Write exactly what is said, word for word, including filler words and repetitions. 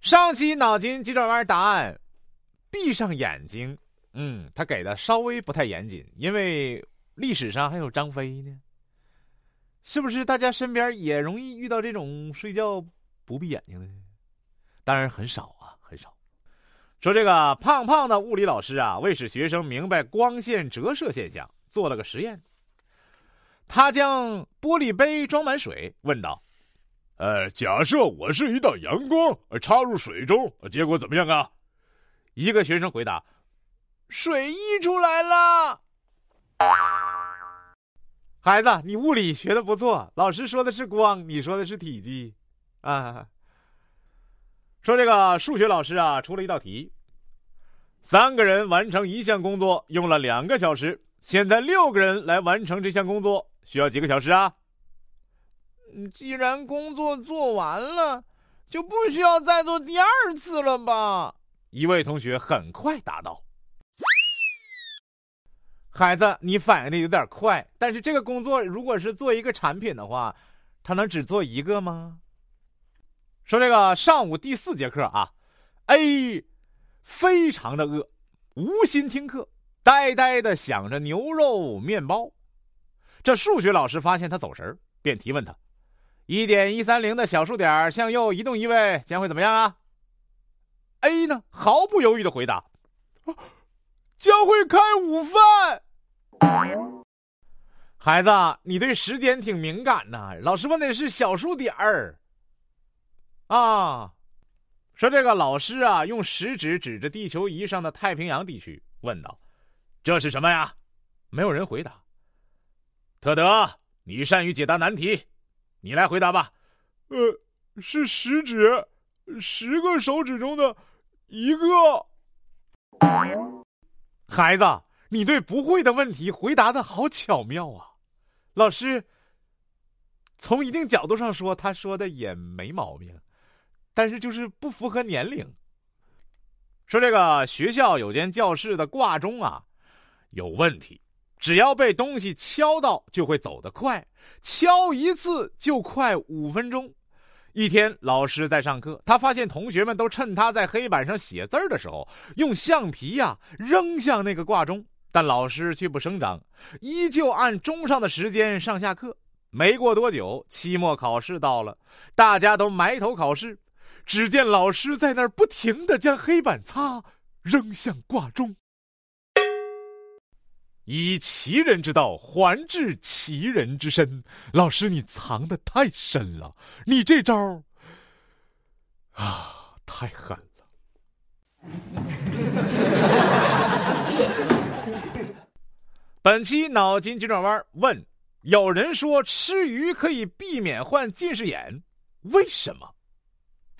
上期脑筋急转弯答案，闭上眼睛。嗯，他给的稍微不太严谨，因为历史上还有张飞呢。是不是大家身边也容易遇到这种睡觉不闭眼睛的？当然很少啊，很少。说这个胖胖的物理老师啊，为使学生明白光线折射现象，做了个实验。他将玻璃杯装满水，问道： 呃，假设我是一道阳光，插入水中，结果怎么样啊？ 一个学生回答：水溢出来了。孩子，你物理学的不错，老师说的是光，你说的是体积啊。说这个数学老师啊，出了一道题，三个人完成一项工作用了两个小时，现在六个人来完成这项工作需要几个小时啊？ 既然工作做完了，就不需要再做第二次了吧？ 一位同学很快答道。孩子，你反应的有点快，但是这个工作如果是做一个产品的话，他能只做一个吗？说这个上午第四节课啊 ，A 非常的饿，无心听课，呆呆的想着牛肉面包。这数学老师发现他走神，便提问他：一点一三零的小数点向右移动一位，将会怎么样啊 ？A 呢，毫不犹豫的回答： 将会开午饭。 孩子，你对时间挺敏感呐，老师问的是小数点儿啊。说这个老师啊，用食指指着地球仪上的太平洋地区，问道：这是什么呀？没有人回答。特德，你善于解答难题，你来回答吧。 呃，是食指，十个手指中的一个。 孩子，你对不会的问题回答的好巧妙啊。老师从一定角度上说，他说的也没毛病，但是就是不符合年龄。说这个学校有间教室的挂钟啊有问题，只要被东西敲到就会走得快，敲一次就快五分钟。一天老师在上课，他发现同学们都趁他在黑板上写字的时候用橡皮呀、啊、扔向那个挂钟，但老师却不声张，依旧按钟上的时间上下课。没过多久，期末考试到了，大家都埋头考试，只见老师在那儿不停地将黑板擦扔向挂钟。以其人之道还治其人之身，老师你藏得太深了，你这招啊太狠了。本期脑筋急转弯问：有人说吃鱼可以避免患近视眼，为什么？